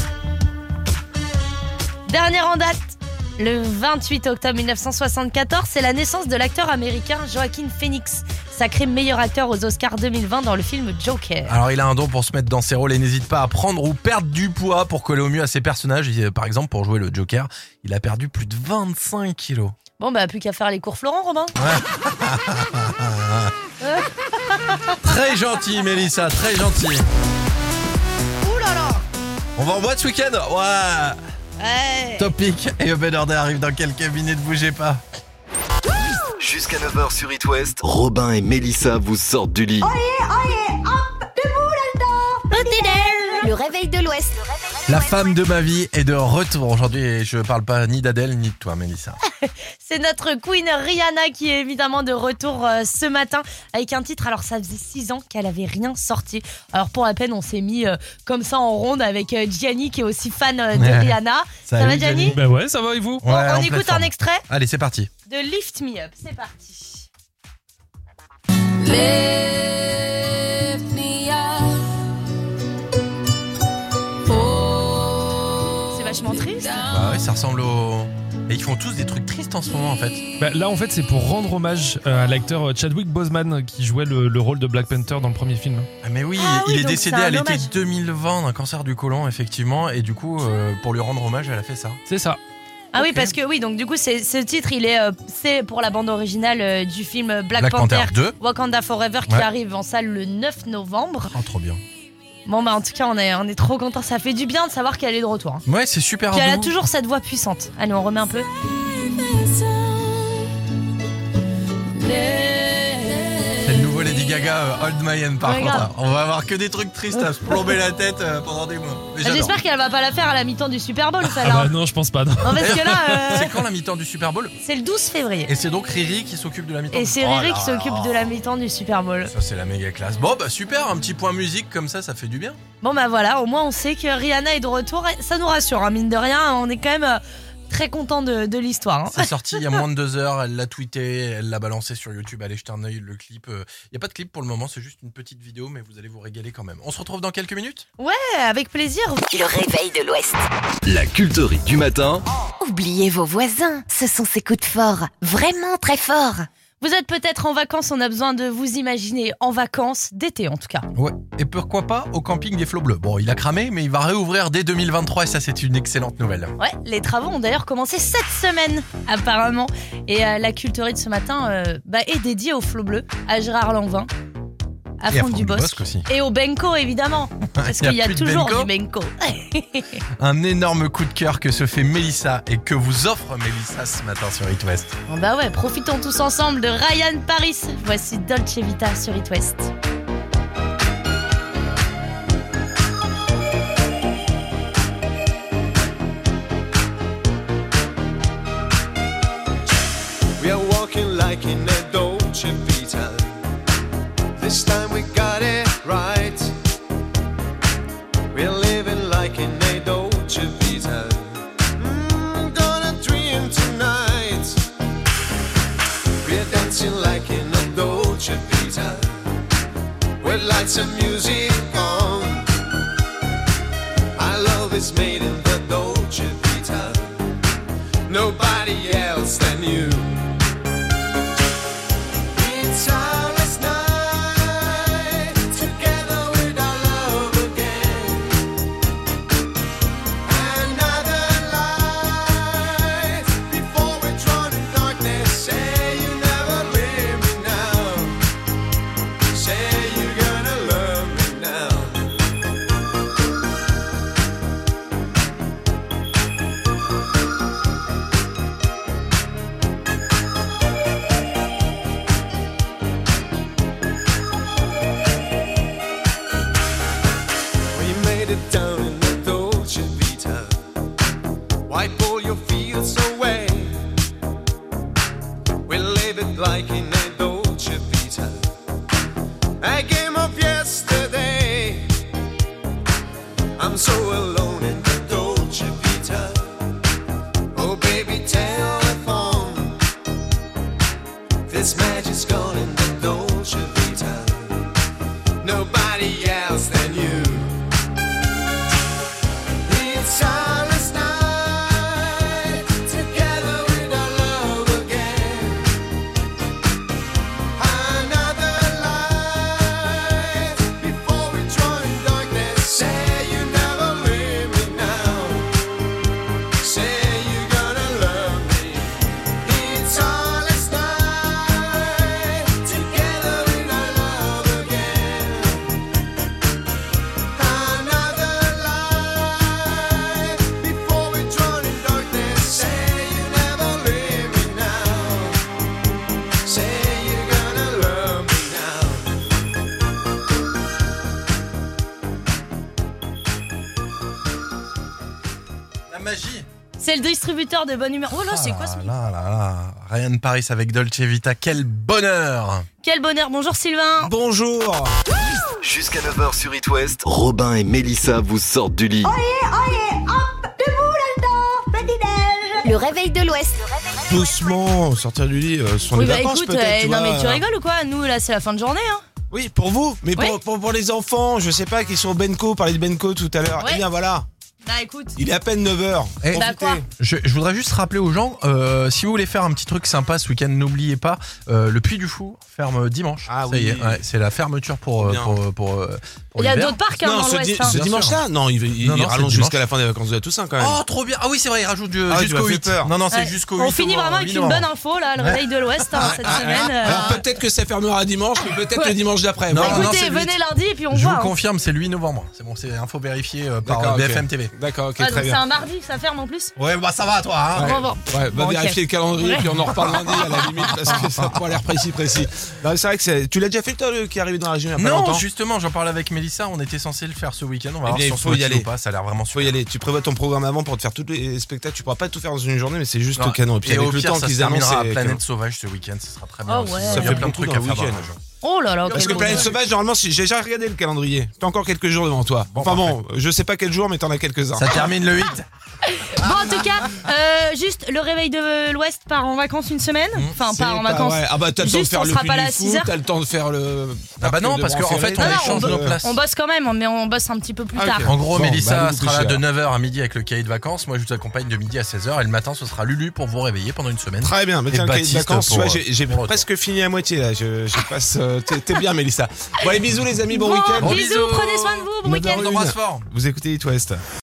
Dernière en date. Le 28 octobre 1974, c'est la naissance de l'acteur américain Joaquin Phoenix, sacré meilleur acteur aux Oscars 2020 dans le film Joker. Alors il a un don pour se mettre dans ses rôles et n'hésite pas à prendre ou perdre du poids pour coller au mieux à ses personnages. Par exemple, pour jouer le Joker, il a perdu plus de 25 kilos. Bon bah plus qu'à faire les cours Florent, Robin. Ouais. Très gentil, Mélissa, très gentil. Ouh là là. On va en boîte ce week-end? Ouais. Ouais. Topic et Open Order arrive dans quelques minutes, bougez pas. Jusqu'à 9h sur It West, Robin et Mélissa vous sortent du lit. Oyez, hop, debout là-dedans. Le réveil de l'Ouest. La femme de ma vie est de retour aujourd'hui et je parle pas ni d'Adèle ni de toi, Mélissa. C'est notre queen Rihanna qui est évidemment de retour ce matin avec un titre. Alors ça faisait 6 ans qu'elle avait rien sorti. Alors pour la peine on s'est mis comme ça en ronde avec Gianni qui est aussi fan de Rihanna. Ça va Gianni? Bah ouais, ça va et vous? Bon, on écoute un extrait. Allez, c'est parti. De Lift Me Up, c'est parti. Lift me up. C'est vachement triste. Bah ouais, ça ressemble au... Et ils font tous des trucs tristes en ce moment en fait. Bah, là en fait c'est pour rendre hommage à l'acteur Chadwick Boseman qui jouait le rôle de Black Panther dans le premier film. Ah mais oui, il est décédé à l'été 2020 d'un cancer du côlon effectivement et du coup pour lui rendre hommage elle a fait ça. C'est ça. Ah oui, parce que oui, donc du coup, ce titre, c'est pour la bande originale du film Black Panther 2. Wakanda Forever qui arrive en salle le 9 novembre. Oh, trop bien. Bon, bah en tout cas, on est trop contents. Ça fait du bien de savoir qu'elle est de retour. Hein. Ouais, c'est super. Puis elle a toujours cette voix puissante. Allez, on remet un peu. C'est le nouveau Lady Gaga, Hold My Hand par contre. On va avoir que des trucs tristes à se plomber la tête pendant des mois. J'espère qu'elle va pas la faire à la mi-temps du Super Bowl, celle-là. Ah bah non, je pense pas. Non. Non, parce que là, c'est quand la mi-temps du Super Bowl? C'est le 12 février. Et c'est donc Riri qui s'occupe de la mi-temps. Et c'est Riri qui s'occupe de la mi-temps du Super Bowl. Ça c'est la méga classe. Bon bah super, un petit point musique comme ça fait du bien. Bon bah voilà, au moins on sait que Rihanna est de retour. Ça nous rassure, hein, mine de rien, on est quand même... très content de l'histoire. Hein. C'est sorti il y a moins de 2 heures, elle l'a tweeté, elle l'a balancé sur YouTube, allez jeter un œil, le clip. Il n'y a pas de clip pour le moment, c'est juste une petite vidéo, mais vous allez vous régaler quand même. On se retrouve dans quelques minutes? Ouais, avec plaisir. Le réveil de l'Ouest. La culterie du matin. Oubliez vos voisins, ce sont ces coups de fort, vraiment très forts. Vous êtes peut-être en vacances, on a besoin de vous imaginer en vacances, d'été en tout cas. Ouais, et pourquoi pas au camping des Flots Bleus. Bon, il a cramé, mais il va réouvrir dès 2023 et ça c'est une excellente nouvelle. Ouais, les travaux ont d'ailleurs commencé cette semaine, apparemment. Et la culterie de ce matin est dédiée aux Flots Bleus, à Gérard Lanvin, à Franck Dubosc aussi. Et au Benko évidemment, parce qu'il y a toujours du Benko. Un énorme coup de cœur que se fait Mélissa et que vous offre Mélissa ce matin sur It West. Bon bah ouais, profitons tous ensemble de Ryan Paris. Voici Dolce Vita sur It West. We are walking like in a Dolce Vita. This time we got it right. We're living like in a Dolce Vita. Gonna dream tonight. We're dancing like in a Dolce Vita. With lights and music on. I love it is made in the Dolce Vita. Nobody else than you. It's our last night together with our love again. Another light before we're drawn in darkness. Say you never leave me now. Say you're gonna love me now. We made it down in the Dolce Vita. Wipe all your fears away. We live it like in a Dolce Vita. A game of yesterday. I'm so alone in the Dolce Vita. Oh baby, telephone. This magic's gone in the Dolce Vita. Nobody else than you. It's our last night together with our love again. Another light before we draw in darkness. Say you never leave me now. Say you're gonna love me. It's our last night together with our love again. Another light before we draw in darkness. Say you never leave me now. Say you're gonna love me now. La magie. C'est le distributeur de bonne humeur. Oh là, c'est quoi ce... Là. Ryan Paris avec Dolce Vita, quel bonheur. Quel bonheur. Bonjour Sylvain. Bonjour. Jusqu'à 9h sur It West, Robin et Mélissa vous sortent du lit. Oyez, hop, debout là-dedans, petit-déj. Le réveil de l'Ouest. Doucement, sortir du lit, ce sont Oui, les bah vacances écoute, peut-être. non vois. mais tu rigoles ou quoi? Nous là, c'est la fin de journée, hein. Oui, pour vous, mais Oui. pour les enfants, je sais pas, qui sont au Benco, parlait de Benco tout à l'heure. Ouais. Eh bien voilà, Bah écoute. il est à peine 9h. Eh, Bah quoi? Je voudrais juste rappeler aux gens, si vous voulez faire un petit truc sympa ce week-end, n'oubliez pas, le Puy du Fou ferme dimanche. Ah Ça y est, oui. ouais, c'est la fermeture pour Bien. Il y a l'hiver. d'autres parcs hein, Non, dans ce, l'Ouest. hein. ce Bien dimanche-là, non, il Non, c'est rallonge dimanche. jusqu'à la fin des vacances de la Toussaint quand même. Oh, trop bien. Ah oui, c'est vrai, il rajoute Ah oui, tu jusqu'au m'as fait 8. peur. Non, c'est Ouais. jusqu'au 8. On finit vraiment avec une bonne info là, le réveil de l'Ouest hein, cette semaine. Alors peut-être que ça fermera dimanche, mais peut-être Ouais. le dimanche d'après. Non, Voilà. non, Écoutez, c'est le venez 8. lundi et puis on Je voit. vous hein. confirme, c'est le 8 novembre. C'est bon, c'est info vérifiée par D'accord, ok. BFM TV. D'accord, ok, Ah, très donc c'est bien. un mardi que ça ferme en plus. Ouais, bah ça va toi, hein. Bon, bon. Ouais, va Bon, ok. vérifier le calendrier, Ouais. puis on en reparle lundi à la limite, parce que ça n'a pas l'air précis. Non, c'est vrai que tu l'as déjà fait toi, le qui est arrivé dans la région il y a pas Non, longtemps. justement, j'en parlais avec Mélissa, on était censé le faire ce week-end, on va Eh voir bien, si il on se faut y motive aller. ou pas, ça a l'air vraiment Faut super. y aller, tu prévois ton programme avant pour te faire tous les spectacles, tu pourras pas tout faire dans une journée, mais c'est juste Non, au canon. Et puis et avec au le pire, temps ça qu'ils se terminera annoncent, à c'est Planète canon. Sauvage ce week-end, ce sera très bien. Oh aussi. ouais. Il y a Ça fait plein de beaucoup trucs dans à le faire dans la week-end. région. Oh là là. Parce que quel Planète bonheur. Sauvage, normalement, j'ai déjà regardé le calendrier. T'as encore quelques jours devant toi. Bon, Enfin bon, je sais pas quel jour, mais t'en as quelques-uns. Ça termine le 8. Bon, en tout cas, juste le réveil de l'Ouest part en vacances une semaine. Enfin, part en C'est pas vacances. vrai. Ah bah t'as le temps de Juste, faire on le sera Puy pas du là à Fou, 6 heures. t'as le temps de faire le. Ah bah non, parc de parce qu'en Brancferré, fait, on t'as le échange temps de- nos places. On bosse quand même, mais on bosse un petit peu plus Ah, ok. tard. En gros, Bon, Mélissa bah, sera là plus de cher. 9h à midi avec le cahier de vacances. Moi, je vous accompagne de midi à 16h. Et le matin, ce sera Lulu pour vous réveiller pendant une semaine. Très bien, mais Et tiens, le cahier de Baptiste vacances, tu pour, vois, j'ai pour le presque fini à moitié là. Je passe. T'es bien, Mélissa. Bon, allez, bisous les amis, bon week-end. Bisous, prenez soin de vous, bon week-end. On t'embrasse fort. Vous écoutez It West.